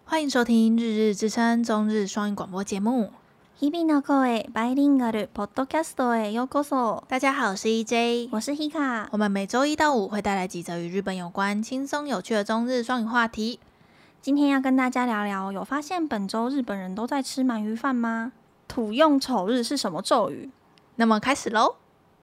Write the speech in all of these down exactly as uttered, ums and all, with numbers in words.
欢迎收听日日之声中日双语广播节目。 日々の声バイリンガルポッドキャストへようこそ。 大家好，我是 E J， 我是 Hika。 我们每周一到五会带来几则与日本有关、轻松有趣的中日双语话题。 今天要跟大家聊聊，有发现本周日本人都在吃鳗鱼饭吗？土用丑日是什么咒语？ 那么开始咯。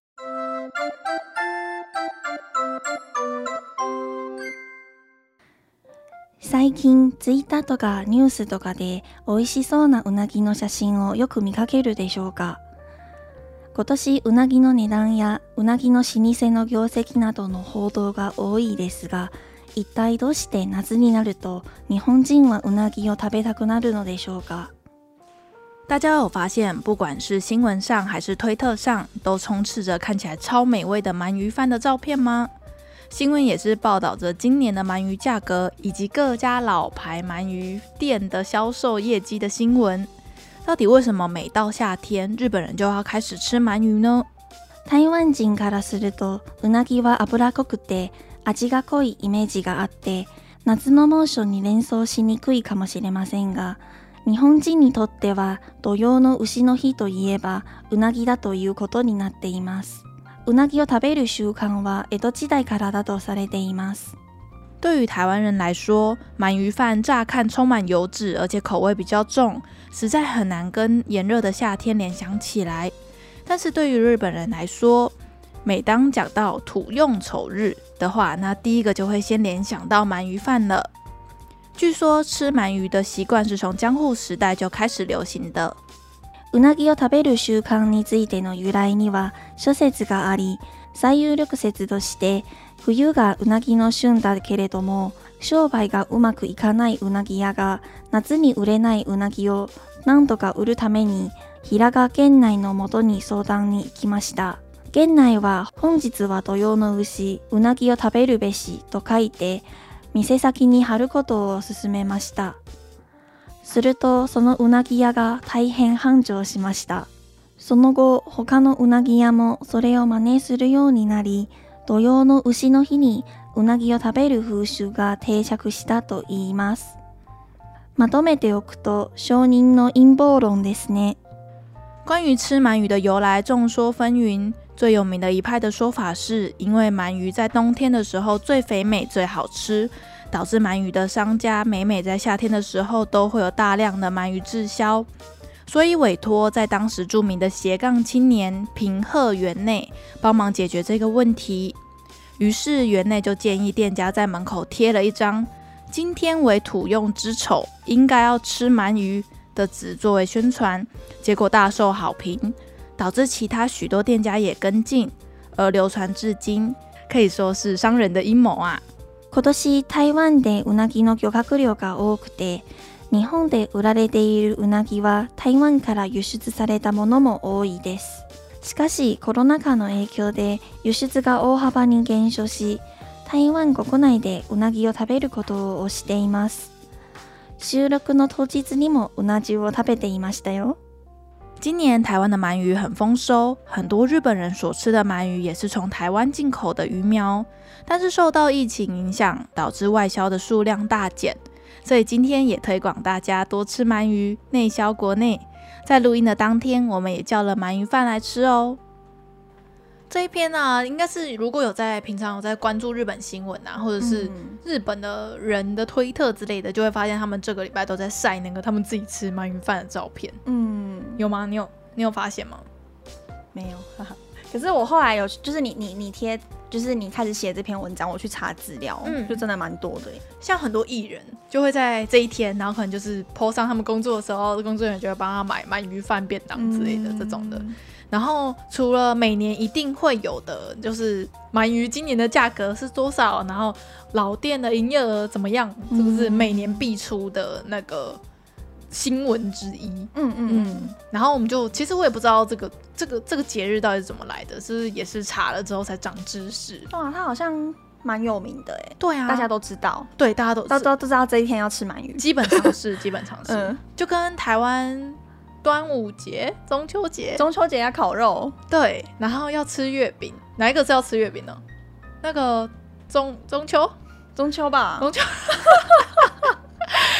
最近ツイッターとかニュースとかで美味しそうなうなぎの写真をよく見かけるでしょうか。今年うなぎの値段やうなぎの老舗の業績などの報道が多いですが、一体どうして夏になると日本人はうなぎを食べたくなるのでしょうか。 大家有发现，不管是新闻上还是推特上，都充斥着看起来超美味的鳗鱼饭的照片吗？新闻也是报道着今年的鳗鱼价格以及各家老牌鳗鱼店的销售业绩的新闻。到底为什么每到夏天日本人就要开始吃鳗鱼呢？ 台湾人からするとうなぎは脂濃くて味が濃いイメージがあって、夏の猛暑に連想しにくいかもしれませんが、日本人にとっては土用の丑の日といえばうなぎだということになっています。うなぎを食べる習慣は江戸時代からだとされています。 对于台湾人来说，鳗鱼饭乍看充满油脂，而且口味比较重，实在很难跟炎热的夏天联想起来。但是对于日本人来说，每当讲到土用丑日的话，那第一个就会先联想到鳗鱼饭了。据说吃鳗鱼的习惯是从江户时代就开始流行的。 うなぎを食べる習慣についての由来には諸説があり、最有力説として冬がうなぎの旬だけれども商売がうまくいかないうなぎ屋が夏に売れないうなぎを何とか売るために平賀源内のもとに相談に行きました。源内は本日は土用の丑、うなぎを食べるべしと書いて店先に貼ることを勧めました。するとそのうなぎ屋が大変繁盛しました。その後他のうなぎ屋もそれを真似するようになり、土用の丑の日にうなぎを食べる風習が定着したといいます。まとめておくと商人の陰謀論ですね。 关于吃鳗鱼的由来众说纷纭，最有名的一派的说法是因为鳗鱼在冬天的时候最肥美最好吃，导致鳗鱼的商家每每在夏天的时候都会有大量的鳗鱼滞销，所以委托在当时著名的斜杠青年平贺源内帮忙解决这个问题。于是源内就建议店家在门口贴了一张今天为土用之丑，应该要吃鳗鱼的纸作为宣传，结果大受好评，导致其他许多店家也跟进，而流传至今，可以说是商人的阴谋啊。 今年台湾でうなぎの漁獲量が多くて、日本で売られているうなぎは台湾から輸出されたものも多いです。しかしコロナ禍の影響で輸出が大幅に減少し、台湾国内でうなぎを食べることを推しています。収録の当日にもうな重を食べていましたよ。 今年台湾的鳗鱼很丰收，很多日本人所吃的鳗鱼也是从台湾进口的鱼苗，但是受到疫情影响，导致外销的数量大减，所以今天也推广大家多吃鳗鱼，内销国内。在录音的当天，我们也叫了鳗鱼饭来吃哦。这一篇啊，应该是如果有在平常有在关注日本新闻啊，或者是日本的人的推特之类的，就会发现他们这个礼拜都在晒那个他们自己吃鳗鱼饭的照片。嗯，有吗？你有你有发现吗？ 没有，哈哈。可是我后来有，就是你你你贴，就是你开始写这篇文章，我去查资料，嗯，就真的蛮多的耶。 像很多艺人就会在这一天，然后可能就是 po 上他们工作的时候，工作人员就会帮他买鳗鱼饭便当之类的、嗯、这种的。然后除了每年一定会有的，就是鳗鱼今年的价格是多少，然后老店的营业额怎么样，是不是每年必出的那个新闻之一？嗯嗯嗯。然后我们就，其实我也不知道这个这个这个节日到底是怎么来的，是不是也是查了之后才长知识？ 哇，它好像蛮有名的哎。 对啊， 大家都知道。 对，大家都都都知道这一天要吃鳗鱼， 基本常识，基本常识。嗯，就跟台湾端午节、中秋节， 中秋节要烤肉， 对，然后要吃月饼，哪一个是要吃月饼呢？那个中中秋， 中秋吧， 中秋。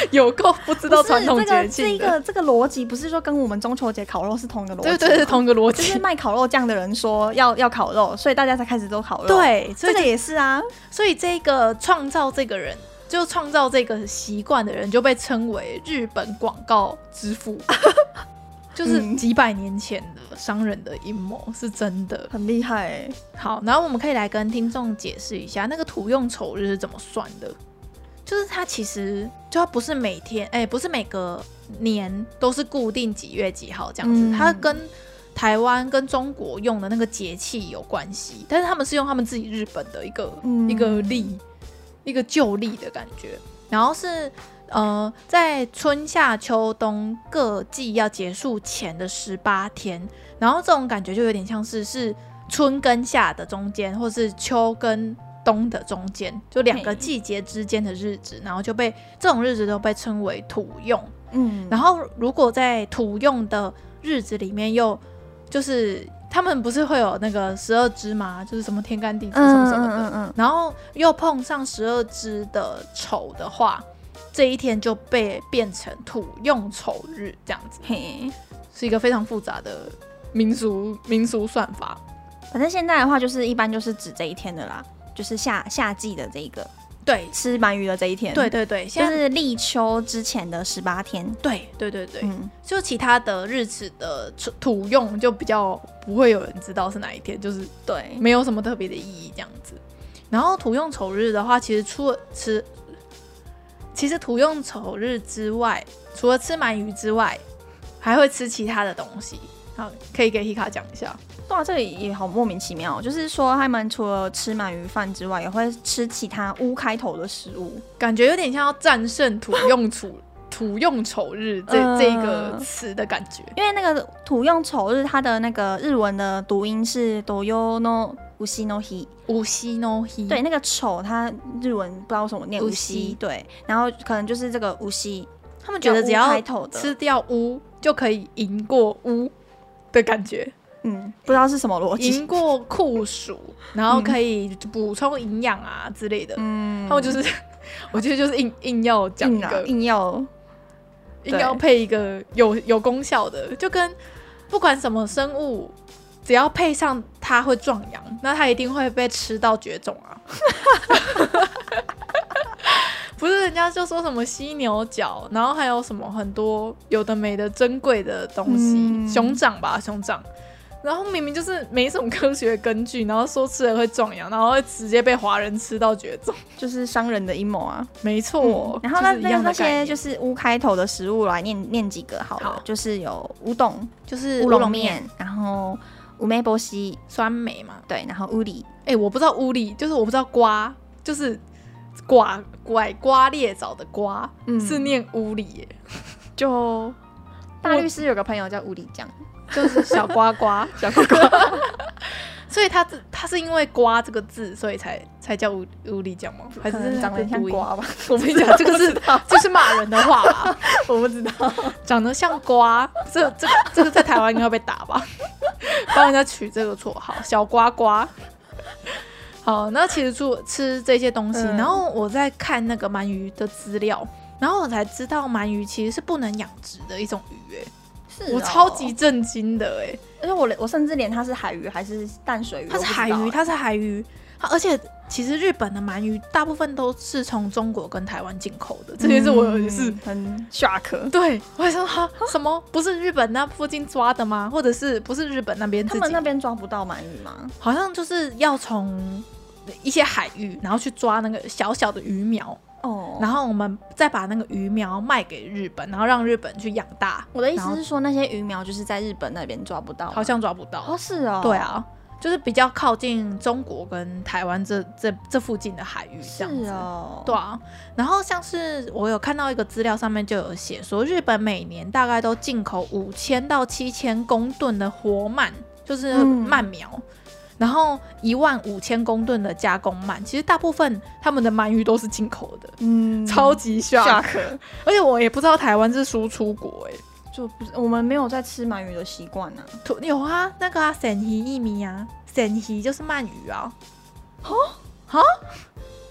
有够不知道传统节庆的。 这个这个逻辑不是说跟我们中秋节烤肉是同一个逻辑？ 对对对，同一个逻辑。 就是卖烤肉酱的人说要要烤肉，所以大家才开始都烤肉。 对，所以这个也是啊。 所以这个创造这个人，就创造这个习惯的人，就被称为日本广告之父。就是几百年前的商人的阴谋，是真的很厉害欸。 好，然后我们可以来跟听众解释一下那个土用丑日是怎么算的。就是它其实就它不是每天，哎、欸，不是每个年都是固定几月几号这样子，嗯、它跟台湾跟中国用的那个节气有关系，但是他们是用他们自己日本的一个、嗯、一个历，一个旧历的感觉，然后是。呃，在春夏秋冬各季要结束前的十八天，然后这种感觉就有点像是是春跟夏的中间，或是秋跟冬的中间，就两个季节之间的日子，然后就被这种日子都被称为土用。嗯，然后如果在土用的日子里面又就是他们不是会有那个十二支吗？就是什么天干地支什么什么的，嗯嗯嗯嗯，然后又碰上十二支的丑的话。这一天就被变成土用丑日，这样子，嘿，是一个非常复杂的民俗民俗算法。 反正现在的话，就是一般就是指这一天的啦，就是夏夏季的这一个， 对， 吃鳗鱼的这一天， 对对对， 就是立秋之前的十八天， 对对对对，嗯，就其他的日子的土用就比较不会有人知道是哪一天，就是对，没有什么特别的意义这样子。然后土用丑日的话，其实除了吃。其实土用丑日之外，除了吃鳗鱼之外，还会吃其他的东西。好，可以给 Hika 讲一下。 对啊，这里也好莫名其妙，就是说他们除了吃鳗鱼饭之外，也会吃其他乌开头的食物， 感觉有点像要战胜土用丑土用丑日这、呃、这个词的感觉。 因为那个土用丑日，它的那个日文的读音是 doyo no ushi no hi。 无锡 no hi， 对，那个丑它日文不知道为什么念无锡，对，然后可能就是这个无锡， 他们觉得只要吃掉乌就可以赢过乌的感觉， 嗯，不知道是什么逻辑， 赢过酷暑，然后可以补充营养啊之类的，嗯，他们就是我觉得就是硬硬要讲一个， 硬要硬要配一个有有功效的，就跟不管什么生物。只要配上它会壮阳，那它一定会被吃到绝种啊！不是人家就说什么犀牛角，然后还有什么很多有的没的珍贵的东西，嗯、熊掌吧，熊掌。然后明明就是没什么科学根据，然后说吃了会壮阳，然后会直接被华人吃到绝种， 就是商人的阴谋啊！ 没错。 嗯、然后那那那些就是乌开头的食物来念念几个好了，好就是有乌冬， 就是乌龙面，然后。乌梅波西酸梅嘛， 对，然后乌里， 哎、欸，我不知道乌里，就是我不知道瓜，就是瓜拐瓜裂枣的瓜，嗯、是念乌里耶。 就大律师有个朋友叫乌里酱， 就是小瓜瓜，小瓜瓜。所以他他是因为瓜这个字，所以才才叫乌乌里酱吗？还是长得像瓜吧？ 我跟你讲，这个是这是骂人的话吧？ 我不知道， 长得像瓜，这这这个在台湾应该会被打吧？帮人家取这个绰号，小瓜瓜。好，那其实做吃这些东西，嗯、然后我在看那个鳗鱼的资料，然后我才知道鳗鱼其实是不能养殖的一种鱼，哎。 是、哦， 我超级震惊的哎！ 而且我我甚至连它是海鱼还是淡水鱼， 它是海鱼，它是海鱼。而且其实日本的鳗鱼大部分都是从中国跟台湾进口的，这件事我也是很 shock。 对，我还说哈什么不是日本那附近抓的吗？或者是不是日本那边自己？ 他们那边抓不到鳗鱼吗？ 好像就是要从一些海域，然后去抓那个小小的鱼苗。哦，然后我们再把那个鱼苗卖给日本，然后让日本去养大。 我的意思是说，那些鱼苗就是在日本那边抓不到， 好像抓不到。 哦，是哦， 对啊，就是比较靠近中国跟台湾这这这附近的海域这样子。是哦，对啊。然后像是我有看到一个资料上面就有写说，日本每年大概都进口五千到七千公吨的活鳗，就是鳗苗。嗯，然后一万五千公吨的加工鳗，其实大部分他们的鳗鱼都是进口的，嗯，超级 shock， 而且我也不知道台湾是输出国哎， 就不是我们没有在吃鳗鱼的习惯啊。 有啊，那个啊，鳝鱼薏米啊，鳝鱼就是鳗鱼啊。哈哈，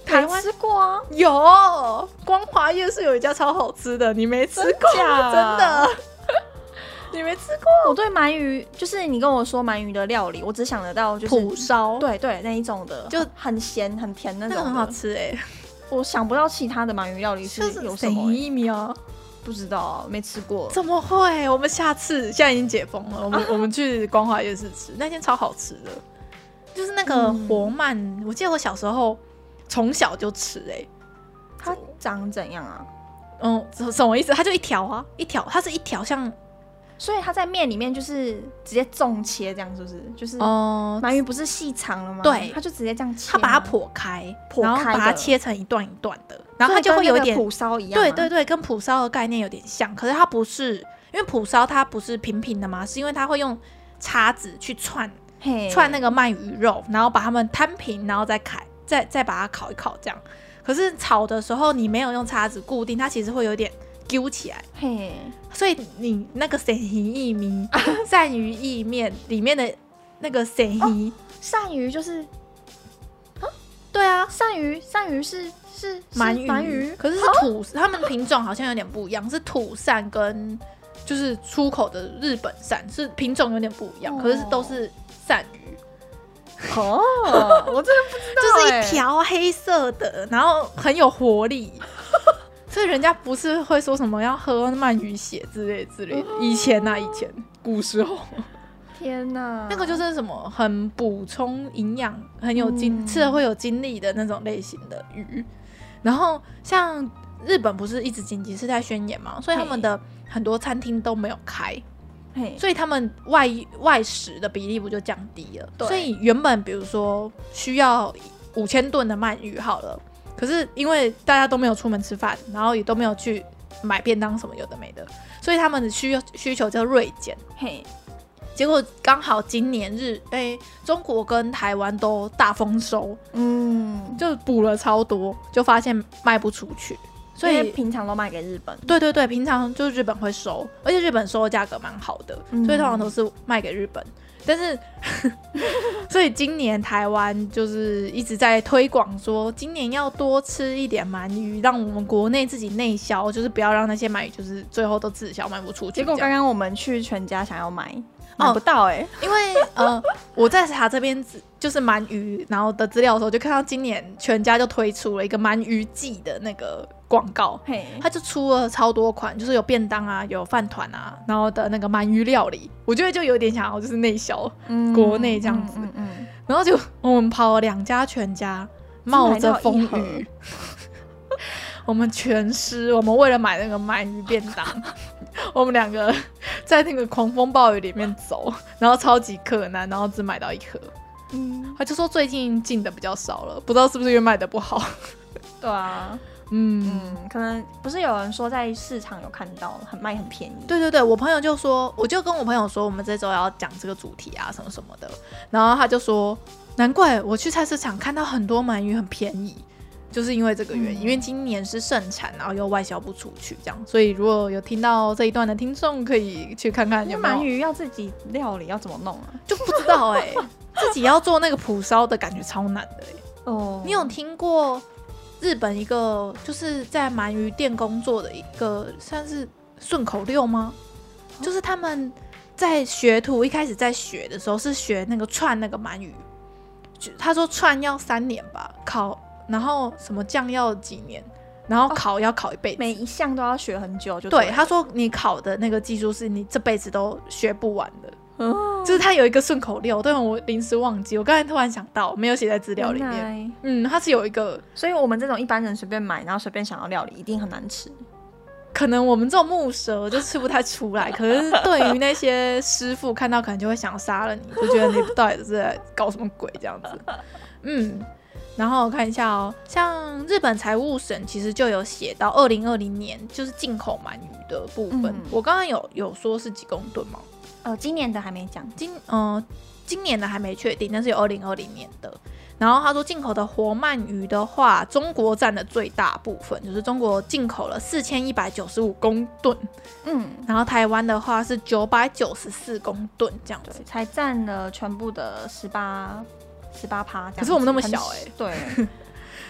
台湾吃过啊， 有光华夜市有一家超好吃的，你没吃过？ 真假真的，你没吃过？ 我对鳗鱼，就是你跟我说鳗鱼的料理，我只想得到就是蒲烧， 对对那一种的， 就很咸很甜那种的， 那个很好吃哎、欸。 我想不到其他的鳗鱼料理是有什么、欸， 一米啊， 不知道、啊，没吃过。 怎么会？我们下次现在已经解封了，我们、啊、我们去光华夜市吃，那天超好吃的，就是那个活鳗、嗯，我记得我小时候从小就吃哎、欸。 它长怎样啊？ 嗯，什么意思？它就一条啊，一条，它是一条像。 所以它在面里面就是直接纵切，这样是不是？就是哦，鳗鱼不是细长了吗？ 对， 它就直接这样切， 它把它剖开， 剖开， 然后把它切成一段一段的，然后它就会有一点蒲烧一样。 对对对，跟蒲烧的概念有点像，可是它不是，因为蒲烧它不是平平的嘛，是因为它会用叉子去串串那个鳗鱼肉，然后把它们摊平，然后再烤，再再把它烤一烤这样。可是炒的时候你没有用叉子固定，它其实会有点揪起来，嘿，所以你那个鳝鱼意面、鳝鱼意面里面的那个鳝鱼， 鳝鱼就是， 啊，对啊， 鳝鱼，鳝鱼是是鳗鱼， 鳗鱼， 可是是土，它们品种好像有点不一样，是土鳝跟就是出口的日本鳝是品种有点不一样，哦、可是都是鳝鱼。 哦，我真的不知道、欸，就是一条黑色的，然后很有活力。所以人家不是会说什么要喝鳗鱼血之类之类的，以前啊，以前古时候， 天哪， 那个就是什么很补充营养、很有精、嗯、吃了会有精力的那种类型的鱼。然后像日本不是一直紧急事态宣言嘛，所以他们的很多餐厅都没有开，所以他们外外食的比例不就降低了？所以原本比如说需要五千吨的鳗鱼好了。可是因为大家都没有出门吃饭，然后也都没有去买便当什么有的没的，所以他们的需需求叫锐减。嘿，结果刚好今年日哎、欸，中国跟台湾都大丰收，嗯，就补了超多，就发现卖不出去，所以平常都卖给日本。 对对对，平常就是日本会收，而且日本收的价格蛮好的，嗯、所以通常都是卖给日本。但是，所以今年台湾就是一直在推广说，今年要多吃一点鳗鱼，让我们国内自己内销，就是不要让那些鳗鱼就是最后都滞销卖不出去。 结果刚刚我们去全家想要买，买不到哎、欸哦， 因为呃我在查这边就是鳗鱼然后的资料的时候，就看到今年全家就推出了一个鳗鱼季的那个广告，他就出了超多款，就是有便当啊，有饭团啊，然后的那个鳗鱼料理，我觉得就有点想要就是内销、嗯、国内这样子，嗯嗯嗯、然后就我们跑了两家全家，冒着风雨，我们全湿，我们为了买那个鳗鱼便当，我们两个在那个狂风暴雨里面走，然后超级困难，然后只买到一盒。嗯，他就说最近进的比较少了，不知道是不是因为卖的不好。 对啊。嗯, 嗯，可能不是有人说在市场有看到很卖很便宜。 对对对，我朋友就说，我就跟我朋友说，我们这周要讲这个主题啊，什么什么的。然后他就说，难怪我去菜市场看到很多鳗鱼很便宜，就是因为这个原因，嗯、因为今年是盛产，然后又外销不出去，这样。所以如果有听到这一段的听众，可以去看看有没有。 鳗鱼要自己料理要怎么弄啊？ 就不知道哎、欸，自己要做那个蒲烧的感觉超难的哎、欸。哦，你有听过？日本一个就是在鳗鱼店工作的一个算是顺口溜吗？哦、就是他们在学徒一开始在学的时候是学那个串那个鳗鱼，他说串要三年吧，烤然后什么酱要几年，然后烤要烤一辈子、 哦，每一项都要学很久就对。他说你烤的那个技术是你这辈子都学不完的。哦、就是他有一个顺口溜，但我临时忘记，我刚才突然想到，没有写在资料里面。嗯，他是有一个， 所以我们这种一般人随便买，然后随便想要料理，一定很难吃。 可能我们这种木蛇就吃不太出来，可是对于那些师傅看到，可能就会想要杀了你，就觉得你到底是在搞什么鬼这样子。嗯，然后我看一下哦，像日本财务省其实就有写到二零二零年就是进口鳗鱼的部分，嗯、我刚刚有有说是几公吨吗？ 呃，今年的还没讲， 今呃今年的还没确定，但是有二零二零年的。然后他说进口的活鳗鱼的话，中国占的最大部分，就是中国进口了四千一百九十五公吨，嗯，然后台湾的话是九百九十四公吨这样子， 才占了全部的十八十八趴。 可是我们那么小哎、欸， 对。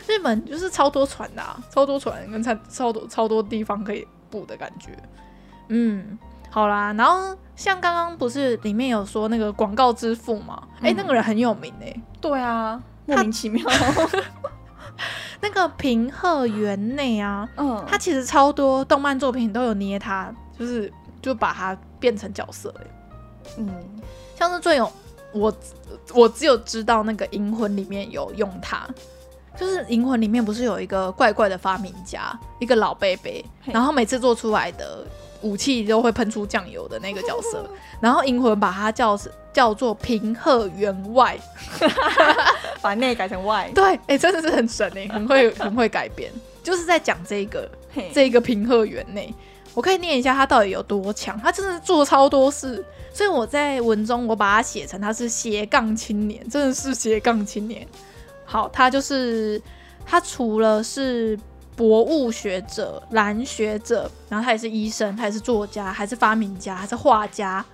日本就是超多船的、啊，超多船跟超多超多地方可以捕的感觉。嗯，好啦，然后像刚刚不是里面有说那个广告之父嘛？哎、嗯欸，那个人很有名哎、欸。 对啊，莫名其妙。 那个平贺园内啊， 嗯， 他其实超多动漫作品都有捏他，就是就把他变成角色哎、欸。嗯，像是最有我我只有知道那个《银魂》里面有用他。就是《银魂》里面不是有一个怪怪的发明家，一个老伯伯，然后每次做出来的武器都会喷出酱油的那个角色，然后《银魂》把它叫叫做平贺员外， 把内改成外。 对，哎、欸，真的是很神哎、欸，很会很会改编，就是在讲这个这个平贺园内。我可以念一下他到底有多强，他真的做超多事，所以我在文中我把它写成他是斜杠青年，真的是斜杠青年。好，他就是他除了是博物学者、蓝学者，然后他也是医生，他也是作家，还是发明家，还是画家。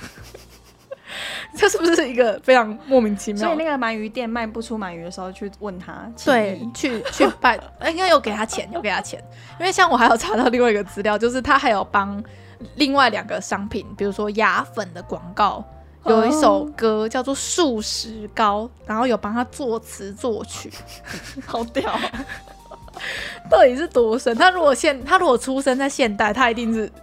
这是不是一个非常莫名其妙？ 所以那个鳗鱼店卖不出鳗鱼的时候，去问他， 对，去去拜，应该有给他钱，有给他钱。因为像我还有查到另外一个资料，就是他还有帮另外两个商品，比如说牙粉的广告。有一首歌叫做《素食膏》，然后有帮他作词作曲， 好屌、啊！ 到底是多深？他如果现他如果出生在现代，他一定是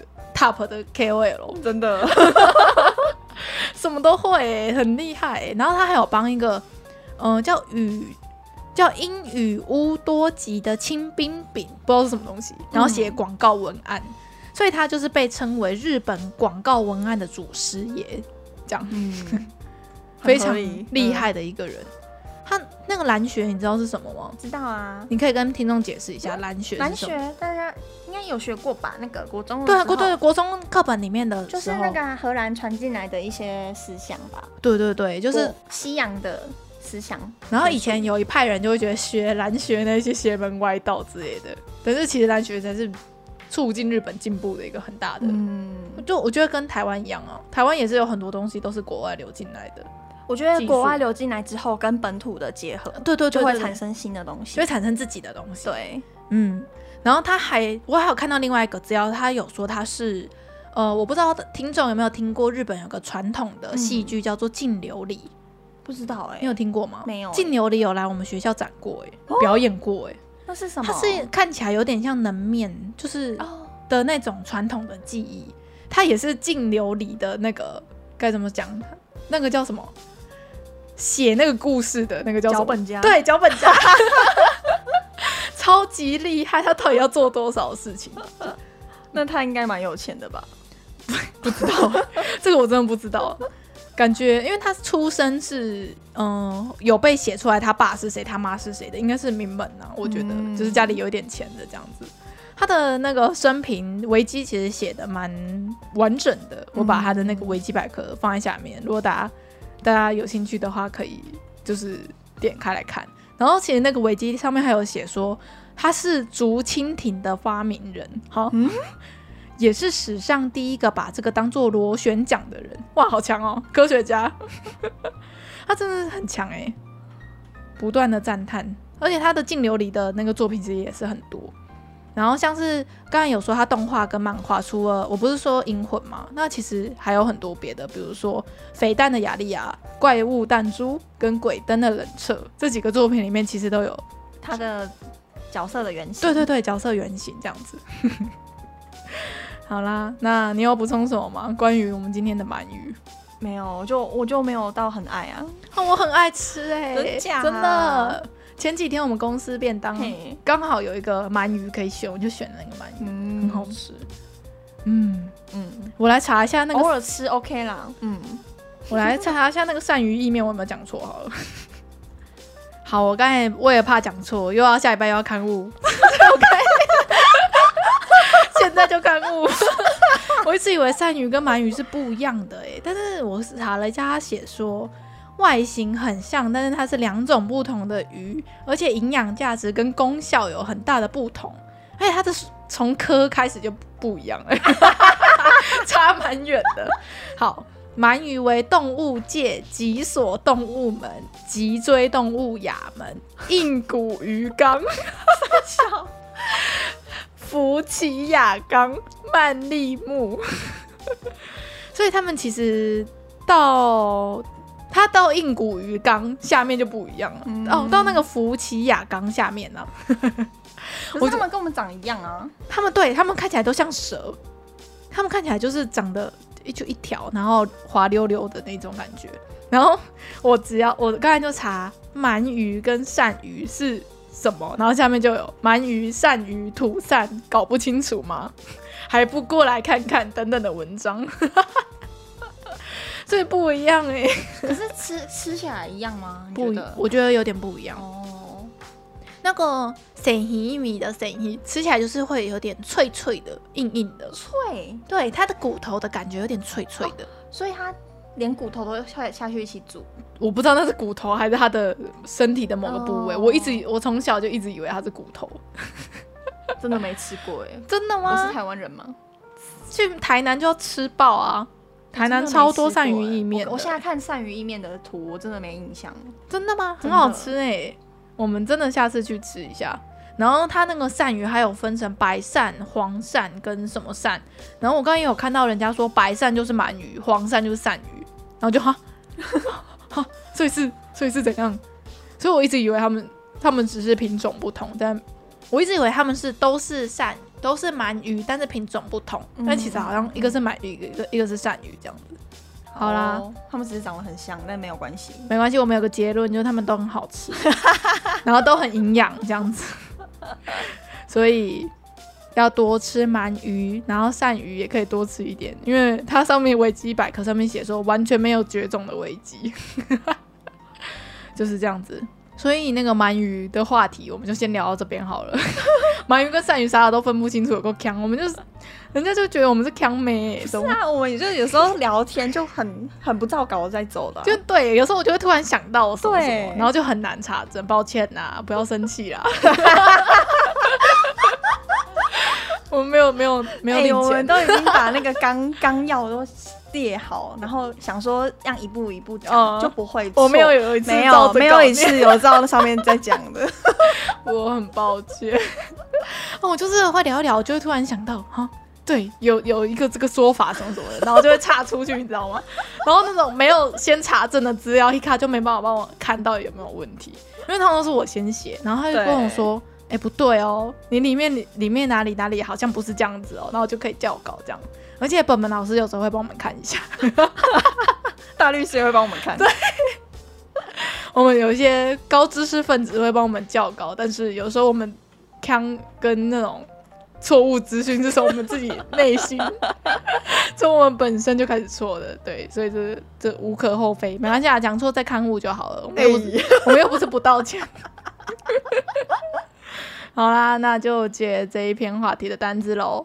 top 的 K O L， 真的， 什么都会、欸，很厉害、欸。然后他还有帮一个，嗯、呃，叫雨叫英语乌多吉的清冰饼，不知道是什么东西，然后写广告文案，嗯、所以他就是被称为日本广告文案的祖师爷。这样，嗯，非常厉害的一个人。嗯、他那个蓝学，你知道是什么吗？ 知道啊， 你可以跟听众解释一下蓝学是什么。 蓝学大家应该有学过吧？那个国中的对啊，对对，国中课本里面的就是那个荷兰传进来的一些思想吧。 对对对，就是西洋的思想。 然后以前有一派人就会觉得学蓝学那些邪门歪道之类的，但是其实蓝学才是促进日本进步的一个很大的，嗯，就我觉得跟台湾一样啊，台湾也是有很多东西都是国外流进来的。 我觉得国外流进来之后跟本土的结合， 对对对， 就会产生新的东西， 就会产生自己的东西。 对， 嗯，然后他还，我还有看到另外一个资料，他有说他是，呃，我不知道听众有没有听过日本有个传统的戏剧叫做净琉璃，嗯、 不知道哎、欸， 你有听过吗？ 没有、欸。 净琉璃有来我们学校展过哎、欸，哦、表演过哎、欸， 那是什么？ 它是看起来有点像能面，就是的那种传统的技艺，它也是净琉璃的那个该怎么讲？那个叫什么？写那个故事的那个叫什么？ 脚本家。 对，脚本家，超级厉害。他到底要做多少事情？ 那他应该蛮有钱的吧？ 不知道，这个我真的不知道。感觉，因为他出生是，嗯、呃，有被写出来，他爸是谁，他妈是谁的，应该是名门啊。我觉得，嗯、就是家里有一点钱的这样子。他的那个生平维基其实写的蛮完整的，我把他的那个维基百科放在下面，如果大家大家有兴趣的话，可以就是点开来看。然后其实那个维基上面还有写说，他是竹蜻蜓的发明人，好，嗯、也是史上第一个把这个当做螺旋桨的人。哇，好强哦，科学家，他真的很强哎，不断的赞叹。而且他的净琉璃的那个作品其实也是很多。然后像是刚才有说他动画跟漫画，除了我不是说银魂嘛，那其实还有很多别的，比如说匪弹的雅利亚、怪物弹珠跟鬼灯的冷彻，这几个作品里面其实都有他的角色的原型。 对对对，角色原型这样子。好啦，那你有补充什么吗？关于我们今天的鳗鱼？ 没有，我就我就没有到很爱啊。 哦、我很爱吃哎、欸， 真假？ 真的。前几天我们公司便当刚好有一个鳗鱼可以选，我就选了那个鳗鱼，嗯、很好吃。嗯嗯，我来查一下那个， 偶尔吃 OK 啦。嗯， 我来查一下那个鳝鱼意面，我有没有讲错？好了，好，我刚才我也怕讲错，又要下礼拜又要刊物，现在就刊物。我一直以为鳝鱼跟鳗鱼是不一样的哎、欸，但是我查了一下，他写说。外形很像，但是它是两种不同的鱼，而且营养价值跟功效有很大的不同，而且它的从科开始就不一样了，差蛮远的。好， 鳗鱼为动物界脊索动物门、脊椎动物亚门、硬骨鱼纲、福奇亚纲、曼利目。所以他们其实到它到硬骨鱼纲下面就不一样了、嗯、哦，到那个福奇亚纲下面呢、啊。 可是他们跟我们长一样啊， 他们对他们看起来都像蛇，他们看起来就是长得就一条，然后滑溜溜的那种感觉。然后我只要我刚才就查鳗鱼跟鳝鱼是什么，然后下面就有鳗鱼、鳝鱼、土鳝，搞不清楚吗？还不过来看看等等的文章。所以不一样哎、欸， 可是吃吃起来一样吗？ 不，我觉得有点不一样哦。那个鳝鱼米的鳝鱼吃起来就是会有点脆脆的、硬硬的， 脆。 对，它的骨头的感觉有点脆脆的，哦、 所以它连骨头都下下去一起煮。 我不知道那是骨头还是它的身体的某个部位。哦、我一直我从小就一直以为它是骨头， 真的没吃过哎。 真的吗？ 我是台湾人吗？ 去台南就要吃爆啊！台南超多鳝鱼意面、欸， 我现在看鳝鱼意面的图，我真的没印象。 真的吗？很好吃哎、欸，我们真的下次去吃一下。然后它那个鳝鱼还有分成白鳝、黄鳝跟什么鳝。然后我刚刚也有看到人家说白鳝就是鳗鱼，黄鳝就是鳝鱼，然后就哈哈，所以是所以是怎样？所以我一直以为他们他们只是品种不同，但我一直以为他们是都是鳝。都是鳗鱼，但是品种不同、嗯，但其实好像一个是鳗鱼，一个一个是鳝鱼这样子。好啦、 哦，他们只是长得很像，但没有关系， 没关系。我们有个结论，就是他们都很好吃，然后都很营养这样子，所以要多吃鳗鱼，然后鳝鱼也可以多吃一点，因为它上面维基百科上面写说完全没有绝种的危机，就是这样子。所以那个鳗鱼的话题我们就先聊到这边好了。鳗鱼跟鳝鱼啥的都分不清楚，有够强，我们就是人家就觉得我们是强妹、欸。 是啊，我们也就有时候聊天就很很不照稿在走的、啊， 就对，有时候我就会突然想到什么什么，然后就很难查证，抱歉呐，不要生气啦。我们没有没有没有领钱、欸， 我们都已经把那个纲纲要都列好，然后想说这样一步一步讲、嗯、就不会错。 我没有有一次没有没有一次有照上面在讲的， 我很抱歉。哦，我就是会聊一聊，我就会突然想到，哈，对，有有一个这个说法什么什么的，然后就会岔出去，你知道吗？然后那种没有先查证的资料，一卡就没办法帮我看到有没有问题，因为他们都是我先写，然后他就跟我说。哎、欸，不对哦，你里面里面哪里哪里好像不是这样子哦，然后就可以校稿这样。而且本本老师有时候会帮我们看一下， 大律师也会帮我们看。 对，我们有一些高知识分子会帮我们校稿，但是有时候我们腔跟那种错误资讯是从我们自己内心，从我们本身就开始错的。对，所以这这无可厚非，没关系啊，讲错再刊物就好了。我们又不是、欸、我们又不是不道歉。好啦，那就接这一篇话题的单字咯。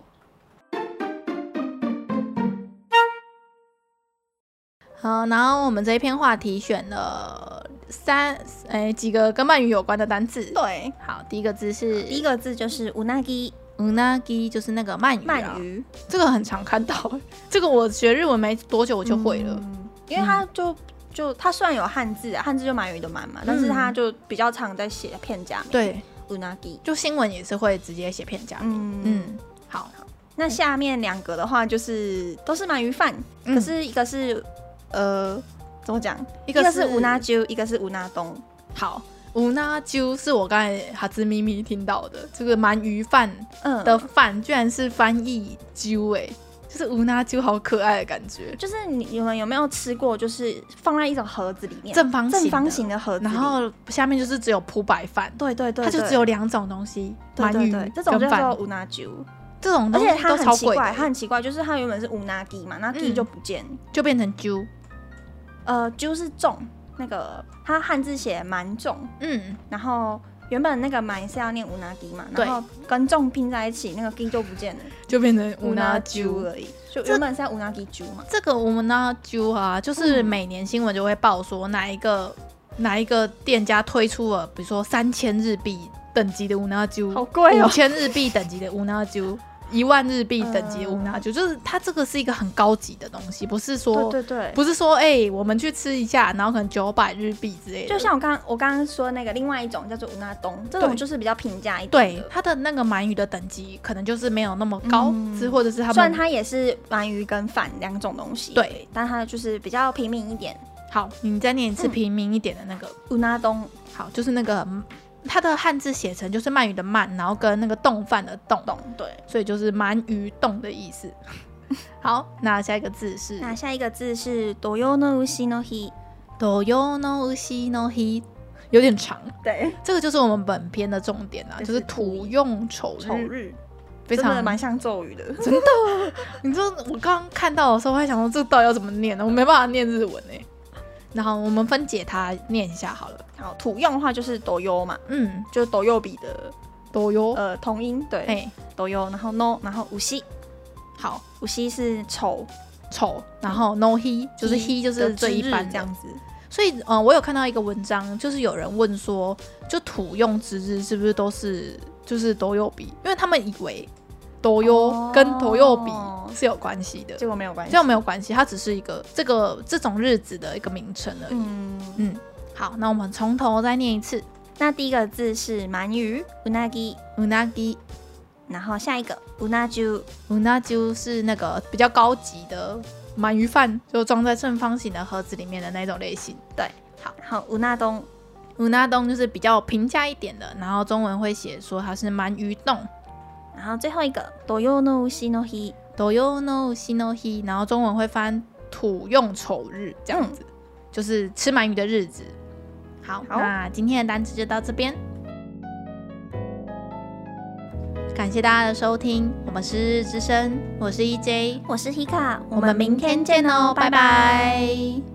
好，然后我们这一篇话题选了三诶几个跟鳗鱼有关的单字。 对， 好，第一个字是第一个字就是うなぎ， うなぎ就是那个鳗鱼、啊， 鳗鱼， 这个很常看到。这个我学日文没多久我就会了， 嗯、因为它就。就它虽然有汉字啊，汉字就鳗鱼的鳗嘛，但是它就比较常在写片假名。 对， うなぎ就新闻也是会直接写片假名。嗯嗯，好。 那下面两个的话就是都是鳗鱼饭、嗯，可是一个是呃怎么讲？一个是うな重，一个是うな丼。 好，うな重是我刚才哈兹咪咪听到的，这个鳗鱼饭的饭居然是翻译重哎、欸。就是うな重好可爱的感觉， 就是你你们有没有吃过？就是放在一种盒子里面， 正方形正方形的盒子， 然后下面就是只有铺白饭。 对对 对, 对，它就只有两种东西，鳗鱼跟饭。 这种叫做うな重， 这种东西都超贵的。而且它很奇怪， 它很奇怪，就是它原本是うなぎ嘛，那ぎ就不见、嗯， 就变成重。 呃，重是重，那个它汉字写蛮重，嗯，然后。原本那个鳗是要念うなぎ嘛，然后跟重拼在一起，那个ぎ就不见了， 就变成うな重而已。就原本是要うなぎ重嘛。 这个うな重啊，就是每年新闻就会报说哪一个、嗯、哪一个店家推出了，比如说三千日币等级的うな重， 好贵哦， 五千日币等级的うな重， 一万日币等级的乌纳酒，呃、就是它这个是一个很高级的东西，不是说对对对， 不是说哎、欸、我们去吃一下，然后可能九百日币之类的。 就像我刚我刚刚说那个另外一种叫做乌纳东，这种就是比较平价一点的。 对，它的那个鳗鱼的等级可能就是没有那么高，嗯、或者是他们虽然它也是鳗鱼跟饭两种东西， 对， 但它就是比较平民一点。 好，你再念一次平民一点的那个乌纳东。 好，就是那个它的汉字写成就是鳗鱼的鳗，然后跟那个冻饭的冻， 对， 所以就是鳗鱼冻的意思。好，那下一个字是， 那下一个字是土曜の丑の日。 土曜の丑の日有点长， 对， 这个就是我们本篇的重点啊，就是土用丑日， 丑日非常真的蛮像咒语的， 真的。你知道我刚刚看到的时候，我还想说这个到底要怎么念呢？我没办法念日文哎、欸。然后我们分解它念一下好了。 好，土用的话就是斗优嘛， 嗯， 就是斗优比的斗优， 呃，同音对，哎，斗优，然后 no， 然后无西， 好， 无西是丑丑，然后 no he 就是 he 就是最一般这样子。 所以呃，我有看到一个文章，就是有人问说，就土用之日是不是都是就是斗优比？因为他们以为斗优跟斗优比是有关系的， 结果没有关系， 结果没有关系，它只是一个这个这种日子的一个名称而已。嗯嗯，好，那我们从头再念一次。 那第一个字是鳗鱼 unagi unagi， 然后下一个 unaju unaju 是那个比较高级的鳗鱼饭，就装在正方形的盒子里面的那种类型。 对，好，然后 unadon unadon 就是比较平价一点的，然后中文会写说它是鳗鱼冻。 然后最后一个土曜の丑の日， 土曜の丑の日，然后中文会翻土用丑日这样子，嗯、就是吃鳗鱼的日子。好，好，那今天的单词就到这边，感谢大家的收听，我们是日日之声，我是 E J， 我是 Hika， 我们明天见哦，拜拜。